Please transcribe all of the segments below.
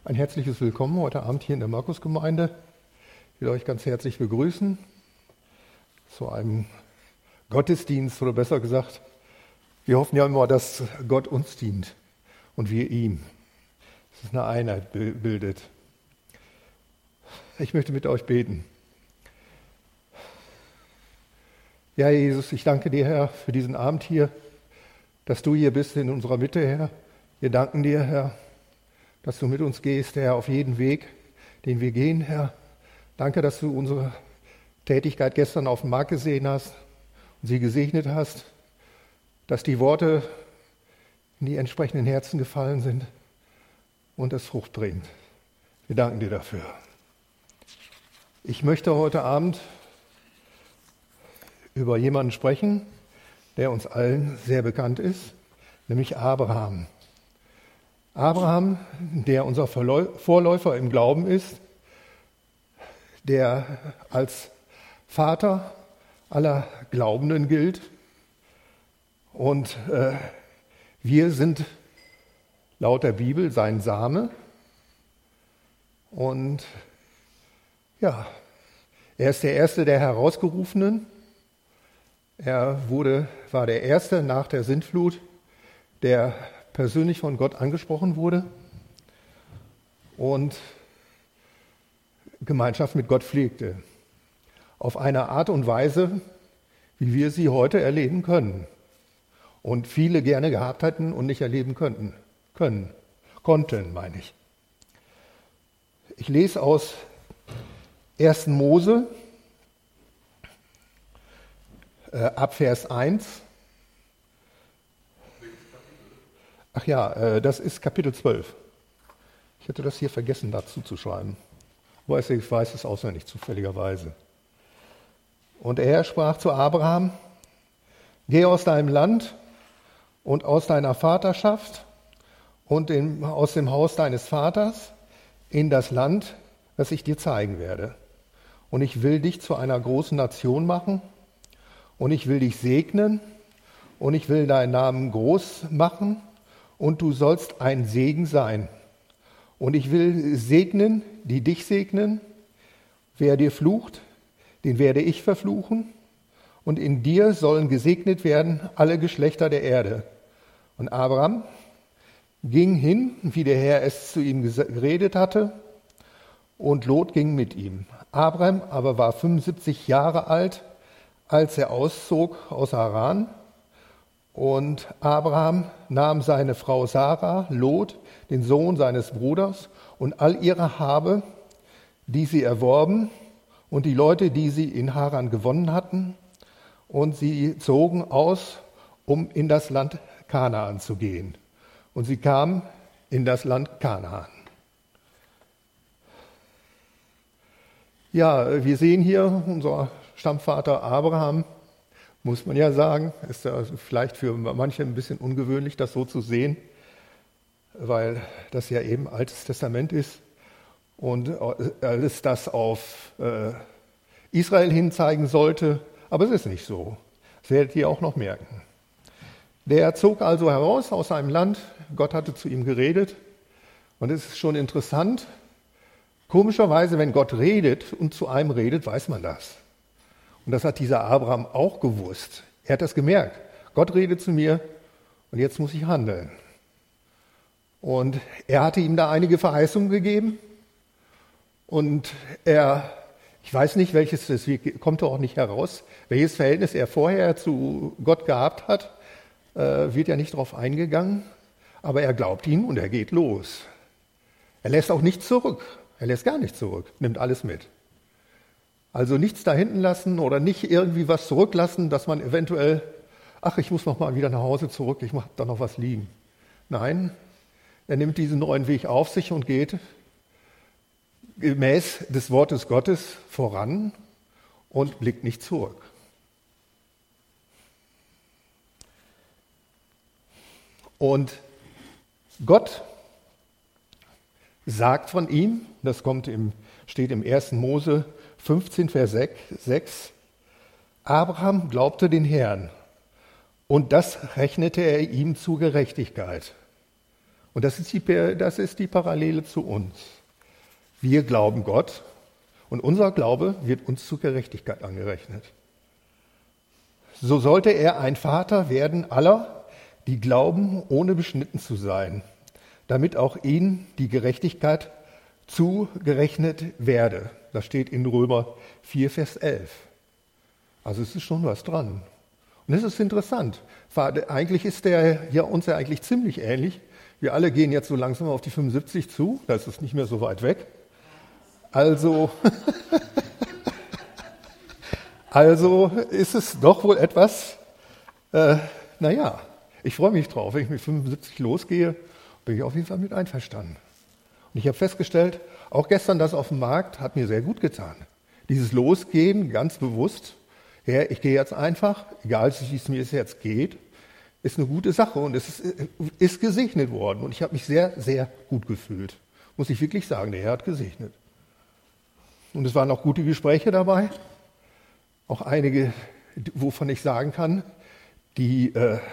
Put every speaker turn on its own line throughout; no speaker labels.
Ein herzliches Willkommen heute Abend hier in der Markusgemeinde. Ich will euch ganz herzlich begrüßen zu einem Gottesdienst, oder besser gesagt, wir hoffen ja immer, dass Gott uns dient und wir ihm. Dass es eine Einheit bildet. Ich möchte mit euch beten. Ja, Jesus, ich danke dir, Herr, für diesen Abend hier, dass du hier bist in unserer Mitte, Herr. Wir danken dir, Herr, dass du mit uns gehst, Herr, auf jeden Weg, den wir gehen, Herr. Danke, dass du unsere Tätigkeit gestern auf dem Markt gesehen hast und sie gesegnet hast, dass die Worte in die entsprechenden Herzen gefallen sind und es Frucht bringt. Wir danken dir dafür. Ich möchte heute Abend über jemanden sprechen, der uns allen sehr bekannt ist, nämlich Abraham. Abraham, der unser Vorläufer im Glauben ist, der als Vater aller Glaubenden gilt. Und wir sind laut der Bibel sein Same. Und ja, er ist der Erste der Herausgerufenen. Er war der Erste nach der Sintflut, der persönlich von Gott angesprochen wurde und Gemeinschaft mit Gott pflegte. Auf eine Art und Weise, wie wir sie heute erleben können. Und viele gerne gehabt hätten und nicht erleben konnten, meine ich. Ich lese aus 1. Mose, ab Vers 1. Ach ja, das ist Kapitel 12. Ich hätte das hier vergessen, dazu zu schreiben. Aber ich weiß es auswendig, zufälligerweise. Und er sprach zu Abraham: Geh aus deinem Land und aus deiner Vaterschaft und aus dem Haus deines Vaters in das Land, das ich dir zeigen werde. Und ich will dich zu einer großen Nation machen und ich will dich segnen und ich will deinen Namen groß machen. Und du sollst ein Segen sein. Und ich will segnen, die dich segnen. Wer dir flucht, den werde ich verfluchen. Und in dir sollen gesegnet werden alle Geschlechter der Erde. Und Abraham ging hin, wie der Herr es zu ihm geredet hatte. Und Lot ging mit ihm. Abraham aber war 75 Jahre alt, als er auszog aus Haran. Und Abraham nahm seine Frau Sarah, Lot, den Sohn seines Bruders, und all ihre Habe, die sie erworben, und die Leute, die sie in Haran gewonnen hatten, und sie zogen aus, um in das Land Kanaan zu gehen. Und sie kamen in das Land Kanaan. Ja, wir sehen hier unser Stammvater Abraham. Muss man ja sagen, ist ja vielleicht für manche ein bisschen ungewöhnlich, das so zu sehen, weil das ja eben Altes Testament ist und alles das auf Israel hin zeigen sollte, aber es ist nicht so. Das werdet ihr auch noch merken. Der zog also heraus aus seinem Land, Gott hatte zu ihm geredet und es ist schon interessant, komischerweise, wenn Gott redet und zu einem redet, weiß man das. Und das hat dieser Abraham auch gewusst. Er hat das gemerkt. Gott redet zu mir und jetzt muss ich handeln. Und er hatte ihm da einige Verheißungen gegeben. Und ich weiß nicht, kommt auch nicht heraus, welches Verhältnis er vorher zu Gott gehabt hat, wird ja nicht darauf eingegangen. Aber er glaubt ihm und er geht los. Er lässt auch nichts zurück. Er lässt gar nichts zurück, nimmt alles mit. Also nichts da hinten lassen oder nicht irgendwie was zurücklassen, dass man eventuell, ich muss noch mal wieder nach Hause zurück, ich mache da noch was liegen. Nein, er nimmt diesen neuen Weg auf sich und geht gemäß des Wortes Gottes voran und blickt nicht zurück. Und Gott sagt von ihm, das steht im 1. Mose 15, Vers 6, Abraham glaubte den Herrn und das rechnete er ihm zu Gerechtigkeit. Und das ist die Parallele zu uns. Wir glauben Gott und unser Glaube wird uns zur Gerechtigkeit angerechnet. So sollte er ein Vater werden aller, die glauben, ohne beschnitten zu sein, damit auch ihnen die Gerechtigkeit zugerechnet werde. Das steht in Römer 4, Vers 11. Also es ist schon was dran. Und es ist interessant. Eigentlich ist der ja uns ja eigentlich ziemlich ähnlich. Wir alle gehen jetzt so langsam auf die 75 zu. Das ist nicht mehr so weit weg. Also ist es doch wohl etwas, ich freue mich drauf. Wenn ich mit 75 losgehe, bin ich auf jeden Fall mit einverstanden. Und ich habe festgestellt, auch gestern das auf dem Markt hat mir sehr gut getan. Dieses Losgehen, ganz bewusst, ich gehe jetzt einfach, egal wie es mir jetzt geht, ist eine gute Sache und es ist gesegnet worden. Und ich habe mich sehr, sehr gut gefühlt. Muss ich wirklich sagen, der Herr hat gesegnet. Und es waren auch gute Gespräche dabei. Auch einige, wovon ich sagen kann, die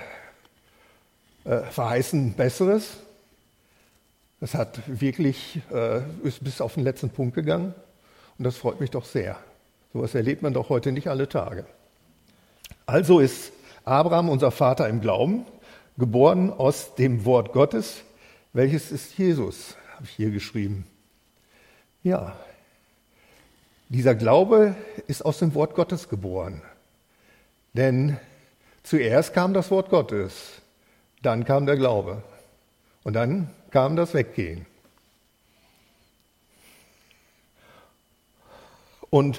verheißen Besseres. Es hat wirklich, ist bis auf den letzten Punkt gegangen. Und das freut mich doch sehr. So etwas erlebt man doch heute nicht alle Tage. Also ist Abraham unser Vater im Glauben, geboren aus dem Wort Gottes, welches ist Jesus, habe ich hier geschrieben. Ja, dieser Glaube ist aus dem Wort Gottes geboren. Denn zuerst kam das Wort Gottes, dann kam der Glaube und dann kam das Weggehen. Und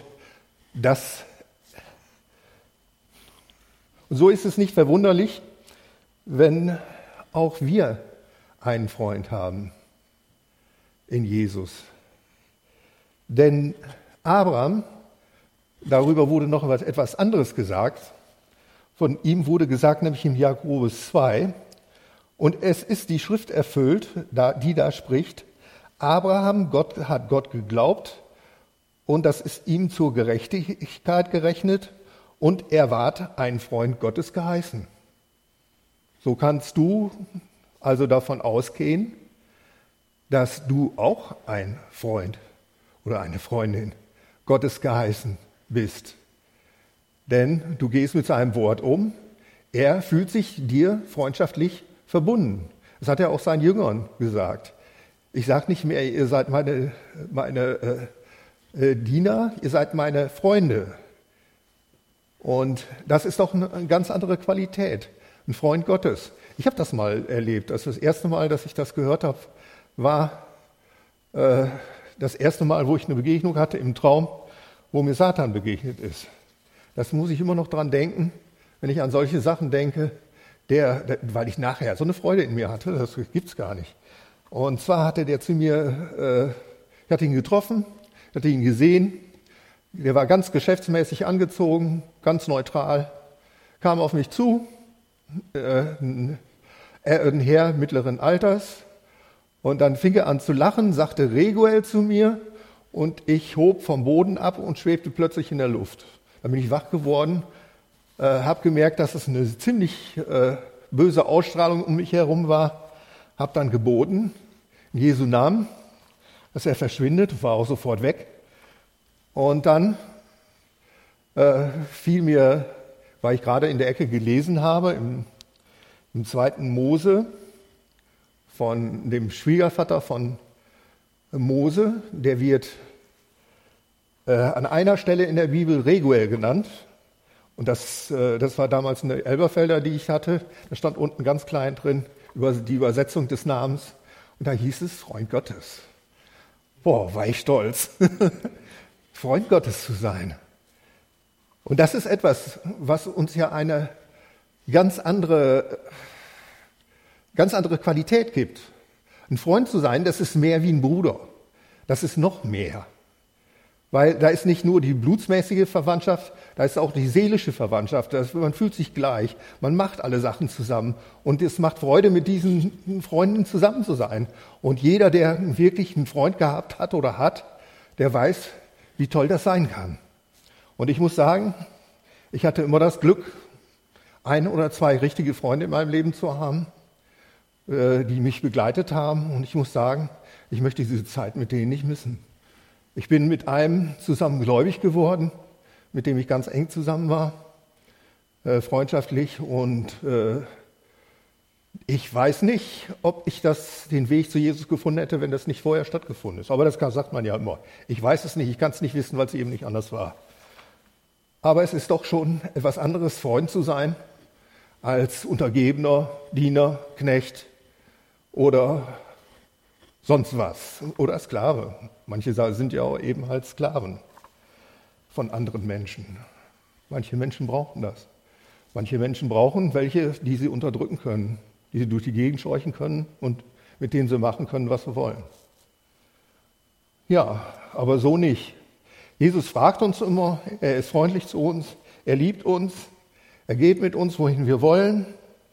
so ist es nicht verwunderlich, wenn auch wir einen Freund haben in Jesus. Denn Abraham, darüber wurde noch etwas anderes gesagt. Von ihm wurde gesagt, nämlich im Jakobus 2, und es ist die Schrift erfüllt, die da spricht, Abraham hat Gott geglaubt und das ist ihm zur Gerechtigkeit gerechnet und er ward ein Freund Gottes geheißen. So kannst du also davon ausgehen, dass du auch ein Freund oder eine Freundin Gottes geheißen bist. Denn du gehst mit seinem Wort um, er fühlt sich dir freundschaftlich verbunden. Das hat er auch seinen Jüngern gesagt. Ich sage nicht mehr, ihr seid meine Diener, ihr seid meine Freunde. Und das ist doch eine ganz andere Qualität, ein Freund Gottes. Ich habe das mal erlebt. Das erste Mal, dass ich das gehört habe, war das erste Mal, wo ich eine Begegnung hatte im Traum, wo mir Satan begegnet ist. Das muss ich immer noch dran denken, wenn ich an solche Sachen denke, weil ich nachher so eine Freude in mir hatte, das gibt's gar nicht. Und zwar hatte der zu mir, ich hatte ihn getroffen, hatte ihn gesehen, der war ganz geschäftsmäßig angezogen, ganz neutral, kam auf mich zu, ein Herr mittleren Alters, und dann fing er an zu lachen, sagte Reguel zu mir und ich hob vom Boden ab und schwebte plötzlich in der Luft. Dann bin ich wach geworden, habe gemerkt, dass es eine ziemlich böse Ausstrahlung um mich herum war, habe dann geboten, in Jesu Namen, dass er verschwindet, war auch sofort weg. Und dann fiel mir, weil ich gerade in der Ecke gelesen habe, im 2. Mose von dem Schwiegervater von Mose, der wird an einer Stelle in der Bibel Reguel genannt. Und das war damals eine Elberfelder, die ich hatte. Da stand unten ganz klein drin die Übersetzung des Namens. Und da hieß es Freund Gottes. Boah, war ich stolz, Freund Gottes zu sein. Und das ist etwas, was uns ja eine ganz andere Qualität gibt. Ein Freund zu sein, das ist mehr wie ein Bruder. Das ist noch mehr. Weil da ist nicht nur die blutsmäßige Verwandtschaft, da ist auch die seelische Verwandtschaft. Man fühlt sich gleich, man macht alle Sachen zusammen. Und es macht Freude, mit diesen Freunden zusammen zu sein. Und jeder, der wirklich einen Freund gehabt hat oder hat, der weiß, wie toll das sein kann. Und ich muss sagen, ich hatte immer das Glück, 1 oder 2 richtige Freunde in meinem Leben zu haben. die mich begleitet haben. Und ich muss sagen, ich möchte diese Zeit mit denen nicht missen. Ich bin mit einem zusammen gläubig geworden, mit dem ich ganz eng zusammen war, freundschaftlich. Und ich weiß nicht, ob ich den Weg zu Jesus gefunden hätte, wenn das nicht vorher stattgefunden ist. Aber das sagt man ja immer. Ich weiß es nicht, ich kann es nicht wissen, weil es eben nicht anders war. Aber es ist doch schon etwas anderes, Freund zu sein, als Untergebener, Diener, Knecht oder sonst was. Oder Sklave. Manche sind ja auch eben halt Sklaven von anderen Menschen. Manche Menschen brauchen das. Manche Menschen brauchen welche, die sie unterdrücken können, die sie durch die Gegend scheuchen können und mit denen sie machen können, was sie wollen. Ja, aber so nicht. Jesus fragt uns immer, er ist freundlich zu uns, er liebt uns, er geht mit uns, wohin wir wollen.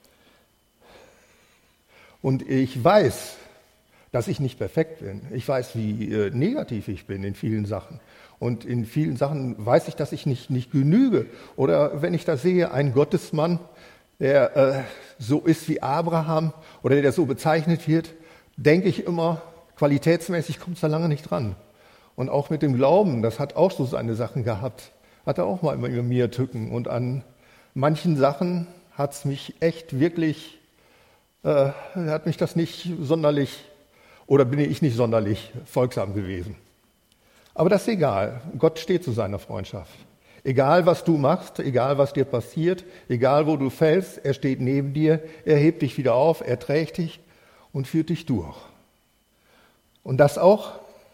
Und ich weiß, dass ich nicht perfekt bin. Ich weiß, wie negativ ich bin in vielen Sachen. Und in vielen Sachen weiß ich, dass ich nicht genüge. Oder wenn ich da sehe, einen Gottesmann, der so ist wie Abraham oder der so bezeichnet wird, denke ich immer, qualitätsmäßig kommt es da lange nicht dran. Und auch mit dem Glauben, das hat auch so seine Sachen gehabt. Hat er auch mal immer mir Tücken. Und an manchen Sachen hat es mich echt wirklich, hat mich das nicht sonderlich, oder bin ich nicht sonderlich folgsam gewesen. Aber das ist egal. Gott steht zu seiner Freundschaft. Egal, was du machst, egal, was dir passiert, egal, wo du fällst, er steht neben dir, er hebt dich wieder auf, er trägt dich und führt dich durch. Und das auch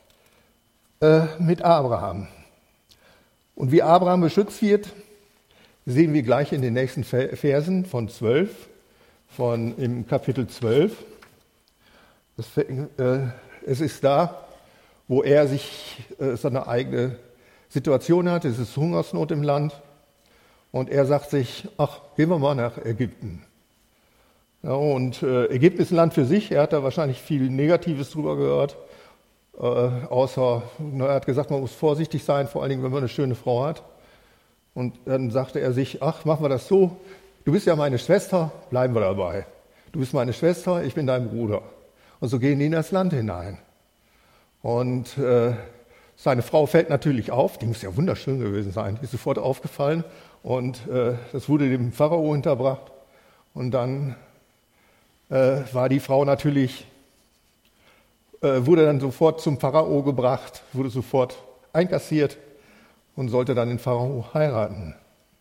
mit Abraham. Und wie Abraham beschützt wird, sehen wir gleich in den nächsten Versen von 12, im Kapitel 12. Es ist da, wo er sich seine eigene Situation hat. Es ist Hungersnot im Land. Und er sagt sich, ach, gehen wir mal nach Ägypten. Ja, und Ägypten ist ein Land für sich. Er hat da wahrscheinlich viel Negatives drüber gehört. Er hat gesagt, man muss vorsichtig sein, vor allen Dingen, wenn man eine schöne Frau hat. Und dann sagte er sich, ach, machen wir das so. Du bist ja meine Schwester, bleiben wir dabei. Du bist meine Schwester, ich bin dein Bruder. Und so gehen die in das Land hinein. Und seine Frau fällt natürlich auf, die muss ja wunderschön gewesen sein, die ist sofort aufgefallen. Und das wurde dem Pharao hinterbracht. Und dann war die Frau natürlich, wurde dann sofort zum Pharao gebracht, wurde sofort einkassiert und sollte dann den Pharao heiraten.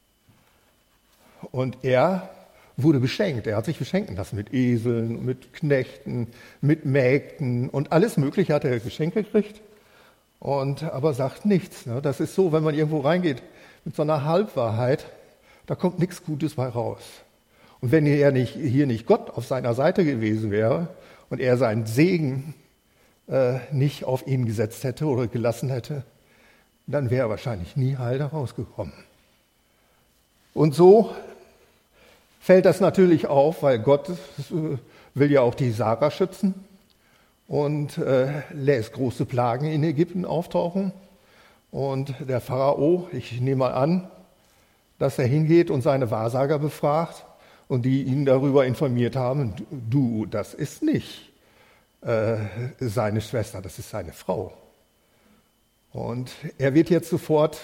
Und er wurde beschenkt. Er hat sich beschenken lassen mit Eseln, mit Knechten, mit Mägden und alles Mögliche hat er Geschenke gekriegt. Aber sagt nichts. Ne? Das ist so, wenn man irgendwo reingeht mit so einer Halbwahrheit, da kommt nichts Gutes bei raus. Und wenn hier nicht Gott auf seiner Seite gewesen wäre und er seinen Segen nicht auf ihn gesetzt hätte oder gelassen hätte, dann wäre er wahrscheinlich nie heil da rausgekommen. Und so fällt das natürlich auf, weil Gott will ja auch die Sarah schützen und lässt große Plagen in Ägypten auftauchen. Und der Pharao, ich nehme mal an, dass er hingeht und seine Wahrsager befragt und die ihn darüber informiert haben, du, das ist nicht seine Schwester, das ist seine Frau. Und er wird jetzt sofort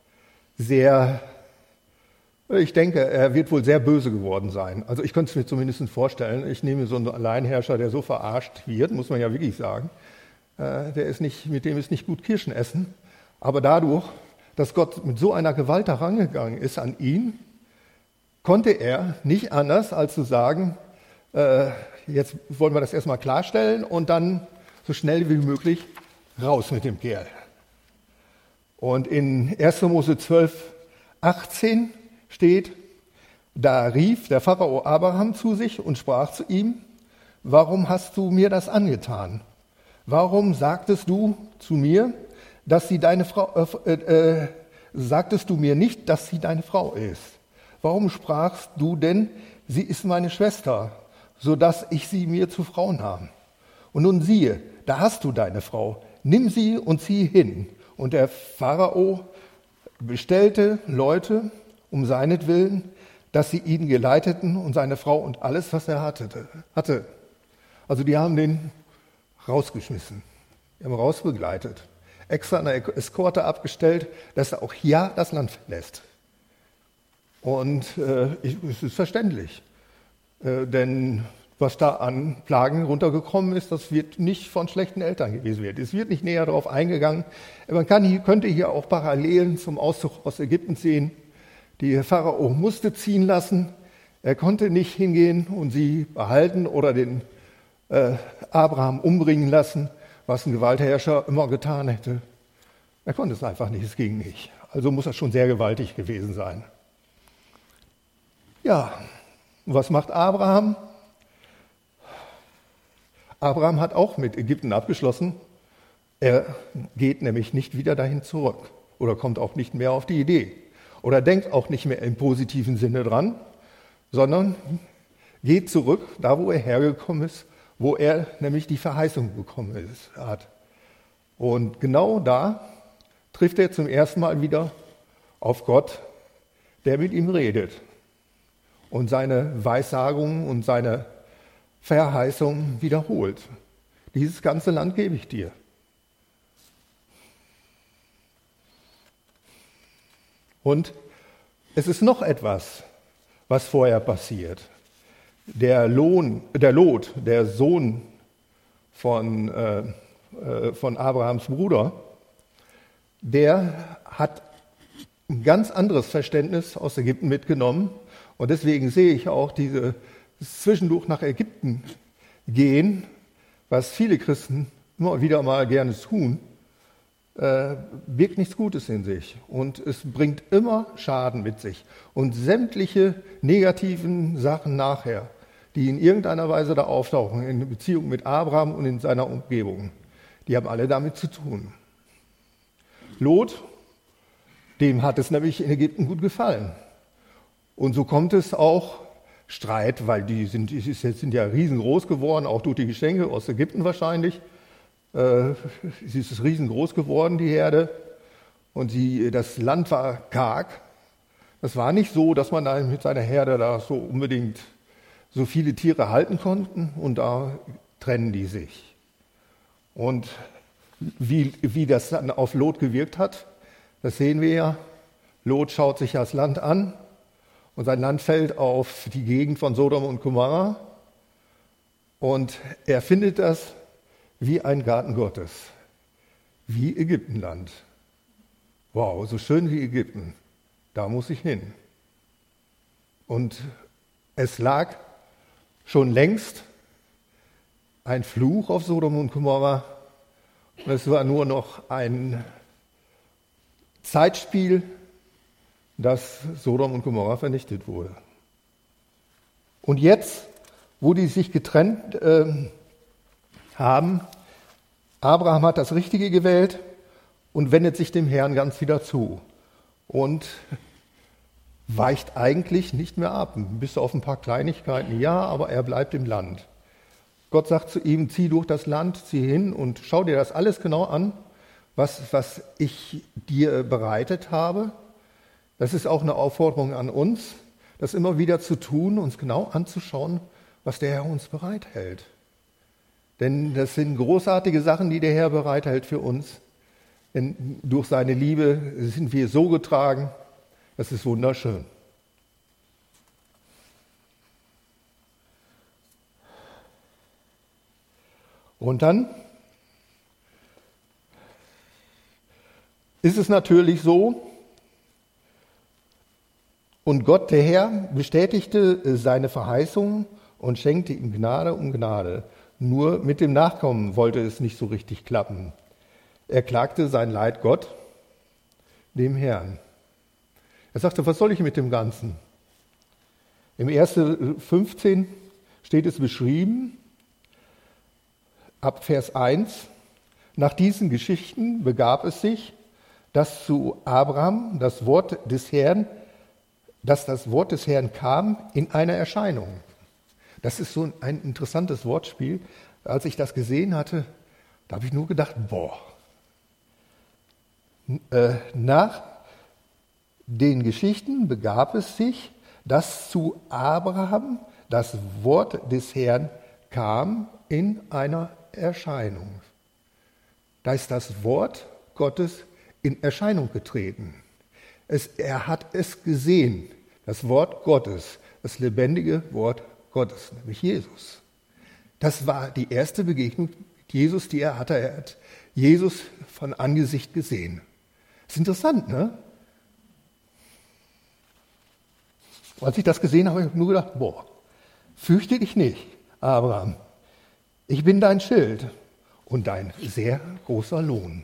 ich denke, er wird wohl sehr böse geworden sein. Also ich könnte es mir zumindest vorstellen. Ich nehme so einen Alleinherrscher, der so verarscht wird, muss man ja wirklich sagen. Mit dem ist nicht gut Kirschen essen. Aber dadurch, dass Gott mit so einer Gewalt herangegangen ist an ihn, konnte er nicht anders als zu sagen, jetzt wollen wir das erstmal klarstellen und dann so schnell wie möglich raus mit dem Kerl. Und in 1. Mose 12, 18 steht, da rief der Pharao Abraham zu sich und sprach zu ihm, warum hast du mir das angetan? Warum sagtest du zu mir, dass sie deine Frau, sagtest du mir nicht, dass sie deine Frau ist? Warum sprachst du denn, sie ist meine Schwester, so dass ich sie mir zur Frau nahm? Und nun siehe, da hast du deine Frau, nimm sie und zieh hin. Und der Pharao bestellte Leute um seinetwillen, dass sie ihn geleiteten und seine Frau und alles, was er hatte. Also die haben den rausgeschmissen, die haben rausbegleitet, extra eine Eskorte abgestellt, dass er auch ja das Land verlässt. Und es ist verständlich, denn was da an Plagen runtergekommen ist, das wird nicht von schlechten Eltern gewesen werden. Es wird nicht näher darauf eingegangen. Man könnte hier auch Parallelen zum Auszug aus Ägypten sehen. Die Pharao musste ziehen lassen. Er konnte nicht hingehen und sie behalten oder den Abraham umbringen lassen, was ein Gewaltherrscher immer getan hätte. Er konnte es einfach nicht, es ging nicht. Also muss das schon sehr gewaltig gewesen sein. Ja, und was macht Abraham? Abraham hat auch mit Ägypten abgeschlossen. Er geht nämlich nicht wieder dahin zurück oder kommt auch nicht mehr auf die Idee oder denkt auch nicht mehr im positiven Sinne dran, sondern geht zurück, da wo er hergekommen ist, wo er nämlich die Verheißung bekommen hat. Und genau da trifft er zum ersten Mal wieder auf Gott, der mit ihm redet und seine Weissagungen und seine Verheißung wiederholt. Dieses ganze Land gebe ich dir. Und es ist noch etwas, was vorher passiert. Der Lot, der Sohn von Abrahams Bruder, der hat ein ganz anderes Verständnis aus Ägypten mitgenommen. Und deswegen sehe ich auch dieses zwischendurch nach Ägypten gehen, was viele Christen immer wieder mal gerne tun, birgt nichts Gutes in sich. Und es bringt immer Schaden mit sich. Und sämtliche negativen Sachen nachher, die in irgendeiner Weise da auftauchen, in Beziehung mit Abraham und in seiner Umgebung, die haben alle damit zu tun. Lot, dem hat es nämlich in Ägypten gut gefallen. Und so kommt es auch Streit, weil die sind ja riesengroß geworden, auch durch die Geschenke aus Ägypten wahrscheinlich. Sie ist riesengroß geworden, die Herde. Und das Land war karg. Es war nicht so, dass man da mit seiner Herde da so unbedingt so viele Tiere halten konnte. Und da trennen die sich. Und wie das dann auf Lot gewirkt hat, das sehen wir ja. Lot schaut sich das Land an und sein Land fällt auf die Gegend von Sodom und Gomorra und er findet das wie ein Garten Gottes, wie Ägyptenland. Wow, so schön wie Ägypten, da muss ich hin. Und es lag schon längst ein Fluch auf Sodom und Gomorra und es war nur noch ein Zeitspiel, dass Sodom und Gomorra vernichtet wurde. Und jetzt, wo die sich getrennt haben, Abraham hat das Richtige gewählt und wendet sich dem Herrn ganz wieder zu und weicht eigentlich nicht mehr ab, bis auf ein paar Kleinigkeiten, ja, aber er bleibt im Land. Gott sagt zu ihm, zieh durch das Land, zieh hin und schau dir das alles genau an, was ich dir bereitet habe. Das ist auch eine Aufforderung an uns, das immer wieder zu tun, uns genau anzuschauen, was der Herr uns bereithält. Denn das sind großartige Sachen, die der Herr bereithält für uns. Denn durch seine Liebe sind wir so getragen, das ist wunderschön. Und dann ist es natürlich so, und Gott, der Herr, bestätigte seine Verheißung und schenkte ihm Gnade um Gnade. Nur mit dem Nachkommen wollte es nicht so richtig klappen. Er klagte sein Leid Gott, dem Herrn. Er sagte, was soll ich mit dem Ganzen? Im 1. 15 steht es beschrieben, ab Vers 1, nach diesen Geschichten begab es sich, dass zu Abraham das Wort des Herrn kam in einer Erscheinung. Das ist so ein interessantes Wortspiel. Als ich das gesehen hatte, da habe ich nur gedacht, boah. Nach den Geschichten begab es sich, dass zu Abraham das Wort des Herrn kam in einer Erscheinung. Da ist das Wort Gottes in Erscheinung getreten. Er hat es gesehen, das Wort Gottes, das lebendige Wort Gottes, nämlich Jesus. Das war die erste Begegnung mit Jesus, die er hatte. Er hat Jesus von Angesicht gesehen. Das ist interessant, ne? Als ich das gesehen habe, habe ich nur gedacht, fürchte dich nicht, Abraham. Ich bin dein Schild und dein sehr großer Lohn.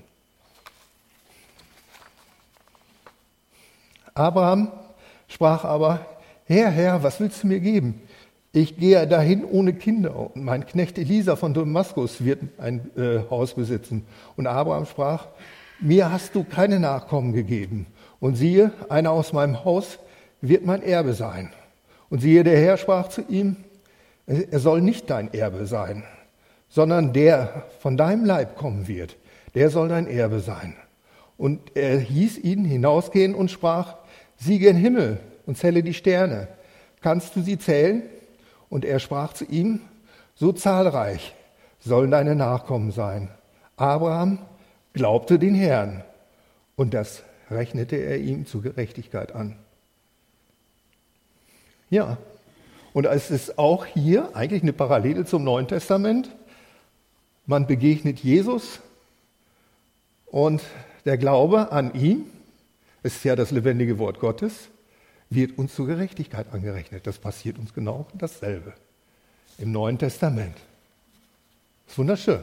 Abraham sprach aber, Herr, was willst du mir geben? Ich gehe dahin ohne Kinder und mein Knecht Elisa von Damaskus wird ein Haus besitzen. Und Abraham sprach, mir hast du keine Nachkommen gegeben. Und siehe, einer aus meinem Haus wird mein Erbe sein. Und siehe, der Herr sprach zu ihm, er soll nicht dein Erbe sein, sondern der von deinem Leib kommen wird, der soll dein Erbe sein. Und er hieß ihn hinausgehen und sprach, sieh gen Himmel und zähle die Sterne. Kannst du sie zählen? Und er sprach zu ihm, so zahlreich sollen deine Nachkommen sein. Abraham glaubte den Herrn und das rechnete er ihm zur Gerechtigkeit an. Ja, und es ist auch hier eigentlich eine Parallele zum Neuen Testament. Man begegnet Jesus und der Glaube an ihn, es ist ja das lebendige Wort Gottes, wird uns zur Gerechtigkeit angerechnet. Das passiert uns genau dasselbe im Neuen Testament. Das ist wunderschön.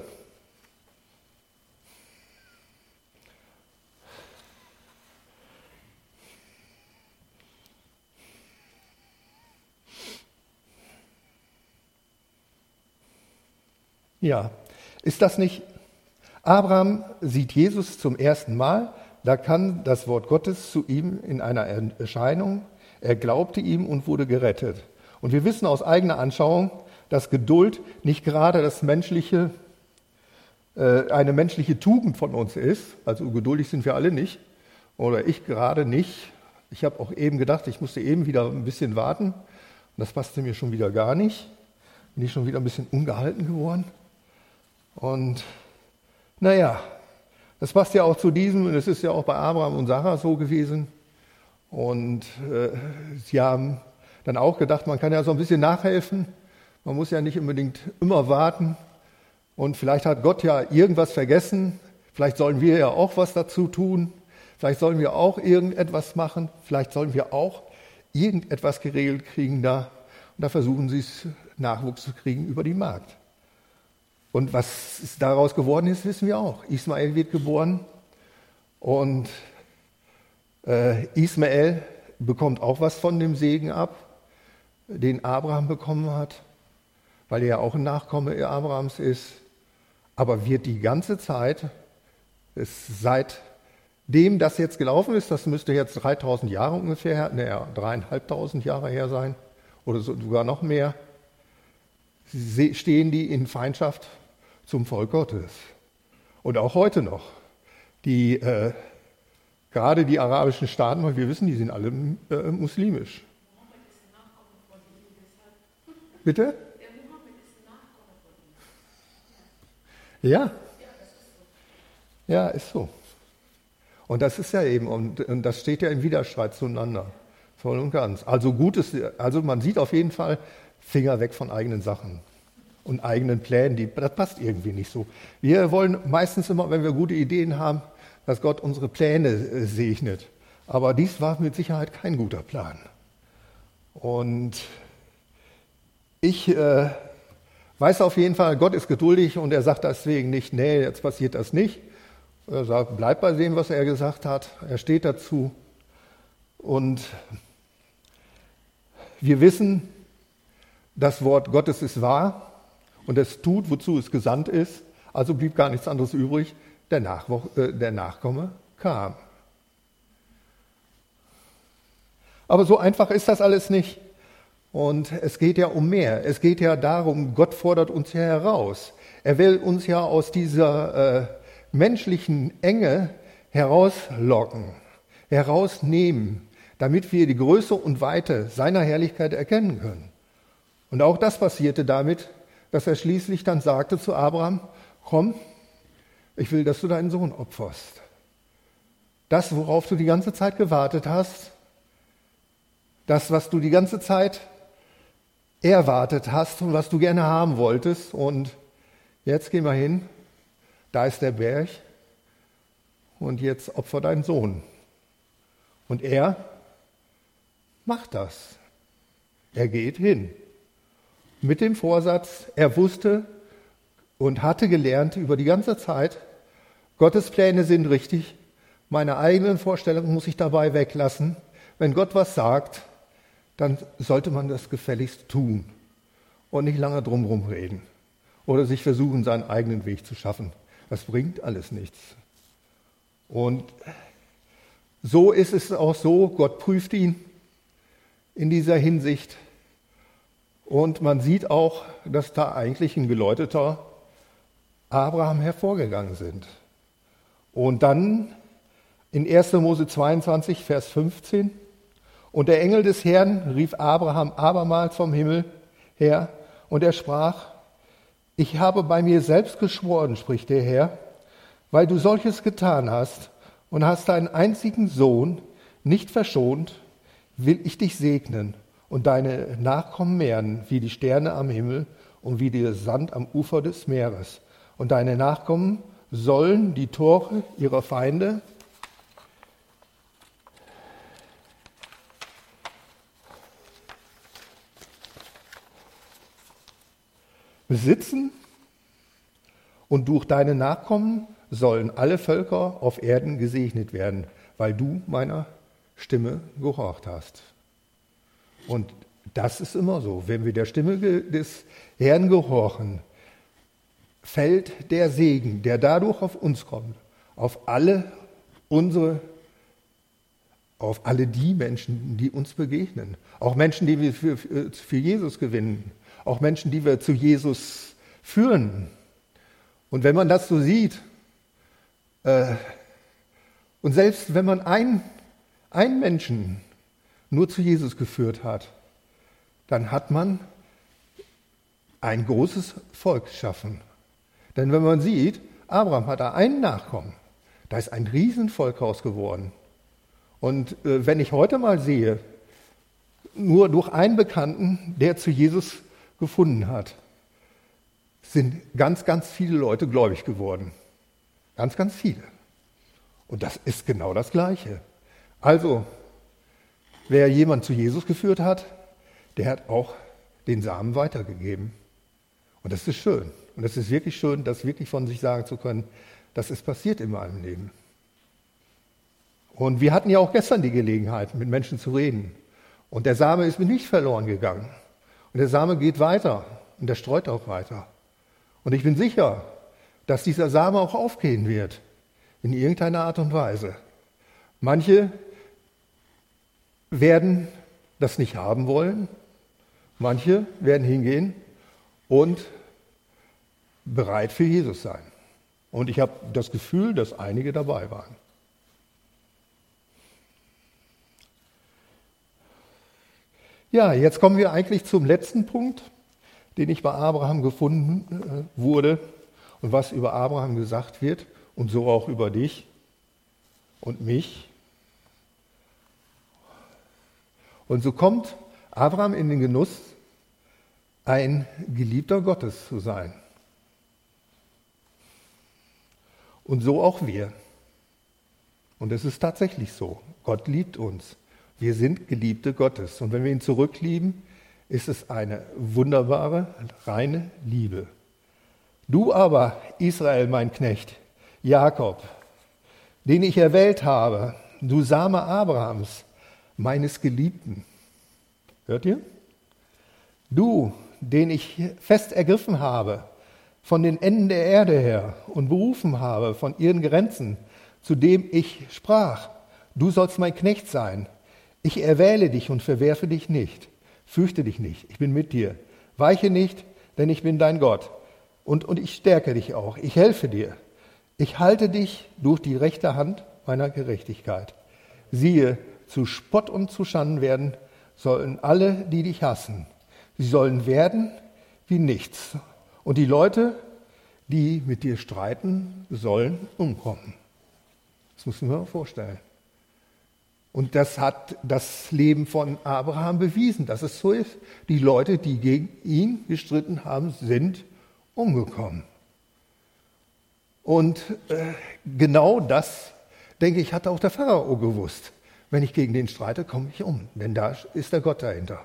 Ja, ist das nicht? Abraham sieht Jesus zum ersten Mal, da kann das Wort Gottes zu ihm in einer Erscheinung. Er glaubte ihm und wurde gerettet. Und wir wissen aus eigener Anschauung, dass Geduld nicht gerade eine menschliche Tugend von uns ist. Also geduldig sind wir alle nicht. Oder ich gerade nicht. Ich habe auch eben gedacht, ich musste eben wieder ein bisschen warten. Und das passte mir schon wieder gar nicht. Bin ich schon wieder ein bisschen ungehalten geworden. Und naja, das passt ja auch zu diesem, und es ist ja auch bei Abraham und Sarah so gewesen. Und sie haben dann auch gedacht, man kann ja so ein bisschen nachhelfen. Man muss ja nicht unbedingt immer warten. Und vielleicht hat Gott ja irgendwas vergessen. Vielleicht sollen wir ja auch was dazu tun. Vielleicht sollen wir auch irgendetwas machen. Vielleicht sollen wir auch irgendetwas geregelt kriegen da. Und da versuchen sie es, Nachwuchs zu kriegen über die Magd. Und was daraus geworden ist, wissen wir auch. Ismael wird geboren und Ismael bekommt auch was von dem Segen ab, den Abraham bekommen hat, weil er ja auch ein Nachkomme Abrahams ist. Aber wird die ganze Zeit, seitdem das jetzt gelaufen ist, das müsste jetzt 3000 Jahre ungefähr, 3.500 Jahre her sein oder sogar noch mehr, stehen die in Feindschaft zum Volk Gottes. Und auch heute noch. Gerade die arabischen Staaten, weil wir wissen, die sind alle muslimisch. Bitte? Ja. Ja, ist so. Und das ist ja eben, und das steht ja im Widerstreit zueinander. Voll und ganz. Also man sieht auf jeden Fall, Finger weg von eigenen Sachen und eigenen Plänen, das passt irgendwie nicht so. Wir wollen meistens immer, wenn wir gute Ideen haben, dass Gott unsere Pläne segnet. Aber dies war mit Sicherheit kein guter Plan. Und ich weiß auf jeden Fall, Gott ist geduldig und er sagt deswegen nicht, nee, jetzt passiert das nicht. Er sagt, bleib bei dem, was er gesagt hat. Er steht dazu. Und wir wissen, das Wort Gottes ist wahr und es tut, wozu es gesandt ist. Also blieb gar nichts anderes übrig. Der Nachkomme kam. Aber so einfach ist das alles nicht. Und es geht ja um mehr. Es geht ja darum, Gott fordert uns ja heraus. Er will uns ja aus dieser menschlichen Enge herauslocken, herausnehmen, damit wir die Größe und Weite seiner Herrlichkeit erkennen können. Und auch das passierte damit, dass er schließlich dann sagte zu Abraham, komm, ich will, dass du deinen Sohn opferst. Das, worauf du die ganze Zeit gewartet hast, das, was du die ganze Zeit erwartet hast und was du gerne haben wolltest. Und jetzt geh mal hin, da ist der Berg und jetzt opfer deinen Sohn. Und er macht das. Er geht hin. Mit dem Vorsatz, er wusste und hatte gelernt über die ganze Zeit, Gottes Pläne sind richtig, meine eigenen Vorstellungen muss ich dabei weglassen. Wenn Gott was sagt, dann sollte man das gefälligst tun und nicht lange drumherum reden oder sich versuchen, seinen eigenen Weg zu schaffen. Das bringt alles nichts. Und so ist es auch so, Gott prüft ihn in dieser Hinsicht. Und man sieht auch, dass da eigentlich ein geläuteter Abraham hervorgegangen sind. Und dann in 1. Mose 22, Vers 15, und der Engel des Herrn rief Abraham abermals vom Himmel her, und er sprach, ich habe bei mir selbst geschworen, spricht der Herr, weil du solches getan hast und hast deinen einzigen Sohn nicht verschont, will ich dich segnen und deine Nachkommen mehren wie die Sterne am Himmel und wie der Sand am Ufer des Meeres. Und deine Nachkommen sollen die Tore ihrer Feinde besitzen und durch deine Nachkommen sollen alle Völker auf Erden gesegnet werden, weil du meiner Stimme gehorcht hast. Und das ist immer so. Wenn wir der Stimme des Herrn gehorchen, fällt der Segen, der dadurch auf uns kommt, auf alle die Menschen, die uns begegnen. Auch Menschen, die wir für Jesus gewinnen. Auch Menschen, die wir zu Jesus führen. Und wenn man das so sieht, und selbst wenn man einen Menschen nur zu Jesus geführt hat, dann hat man ein großes Volk geschaffen. Denn wenn man sieht, Abraham hat da einen Nachkommen, da ist ein Riesenvolk raus geworden. Und wenn ich heute mal sehe, nur durch einen Bekannten, der zu Jesus gefunden hat, sind ganz, ganz viele Leute gläubig geworden. Ganz, ganz viele. Und das ist genau das Gleiche. Also, wer jemand zu Jesus geführt hat, der hat auch den Samen weitergegeben. Und das ist schön. Und das ist wirklich schön, das wirklich von sich sagen zu können, das ist passiert in meinem Leben. Und wir hatten ja auch gestern die Gelegenheit, mit Menschen zu reden. Und der Same ist mir nicht verloren gegangen. Und der Same geht weiter und der streut auch weiter. Und ich bin sicher, dass dieser Same auch aufgehen wird, in irgendeiner Art und Weise. Manche werden das nicht haben wollen, manche werden hingehen und bereit für Jesus sein. Und ich habe das Gefühl, dass einige dabei waren. Ja, jetzt kommen wir eigentlich zum letzten Punkt, den ich bei Abraham gefunden wurde und was über Abraham gesagt wird und so auch über dich und mich. Und so kommt Abraham in den Genuss, ein Geliebter Gottes zu sein. Und so auch wir. Und es ist tatsächlich so. Gott liebt uns. Wir sind Geliebte Gottes. Und wenn wir ihn zurücklieben, ist es eine wunderbare, reine Liebe. Du aber, Israel, mein Knecht, Jakob, den ich erwählt habe, du Same Abrahams, meines Geliebten. Hört ihr? Du, den ich fest ergriffen habe, von den Enden der Erde her und berufen habe von ihren Grenzen, zu dem ich sprach, du sollst mein Knecht sein. Ich erwähle dich und verwerfe dich nicht. Fürchte dich nicht, ich bin mit dir. Weiche nicht, denn ich bin dein Gott. Und ich stärke dich auch, ich helfe dir. Ich halte dich durch die rechte Hand meiner Gerechtigkeit. Siehe, zu Spott und zu Schanden werden sollen alle, die dich hassen. Sie sollen werden wie nichts Und die Leute, die mit dir streiten, sollen umkommen. Das müssen wir uns vorstellen. Und das hat das Leben von Abraham bewiesen, dass es so ist. Die Leute, die gegen ihn gestritten haben, sind umgekommen. Und genau das, denke ich, hat auch der Pharao gewusst. Wenn ich gegen den streite, komme ich um, denn da ist der Gott dahinter.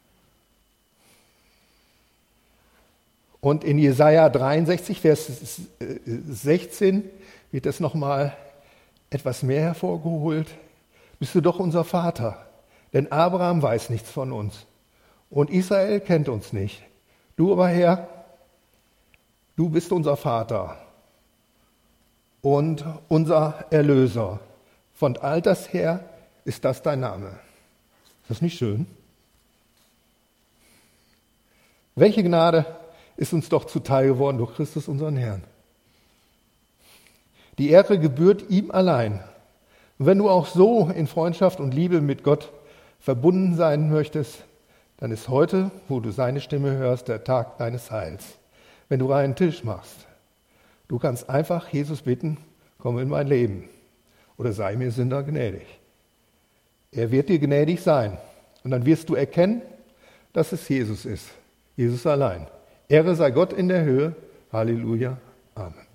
Und in Jesaja 63, Vers 16 wird das nochmal etwas mehr hervorgeholt. Bist du doch unser Vater, denn Abraham weiß nichts von uns und Israel kennt uns nicht. Du aber, Herr, du bist unser Vater und unser Erlöser. Von alters her ist das dein Name. Ist das nicht schön? Welche Gnade ist uns doch zuteil geworden durch Christus, unseren Herrn. Die Ehre gebührt ihm allein. Und wenn du auch so in Freundschaft und Liebe mit Gott verbunden sein möchtest, dann ist heute, wo du seine Stimme hörst, der Tag deines Heils. Wenn du einen Tisch machst, du kannst einfach Jesus bitten, komm in mein Leben oder sei mir Sünder gnädig. Er wird dir gnädig sein und dann wirst du erkennen, dass es Jesus ist, Jesus allein. Ehre sei Gott in der Höhe. Halleluja. Amen.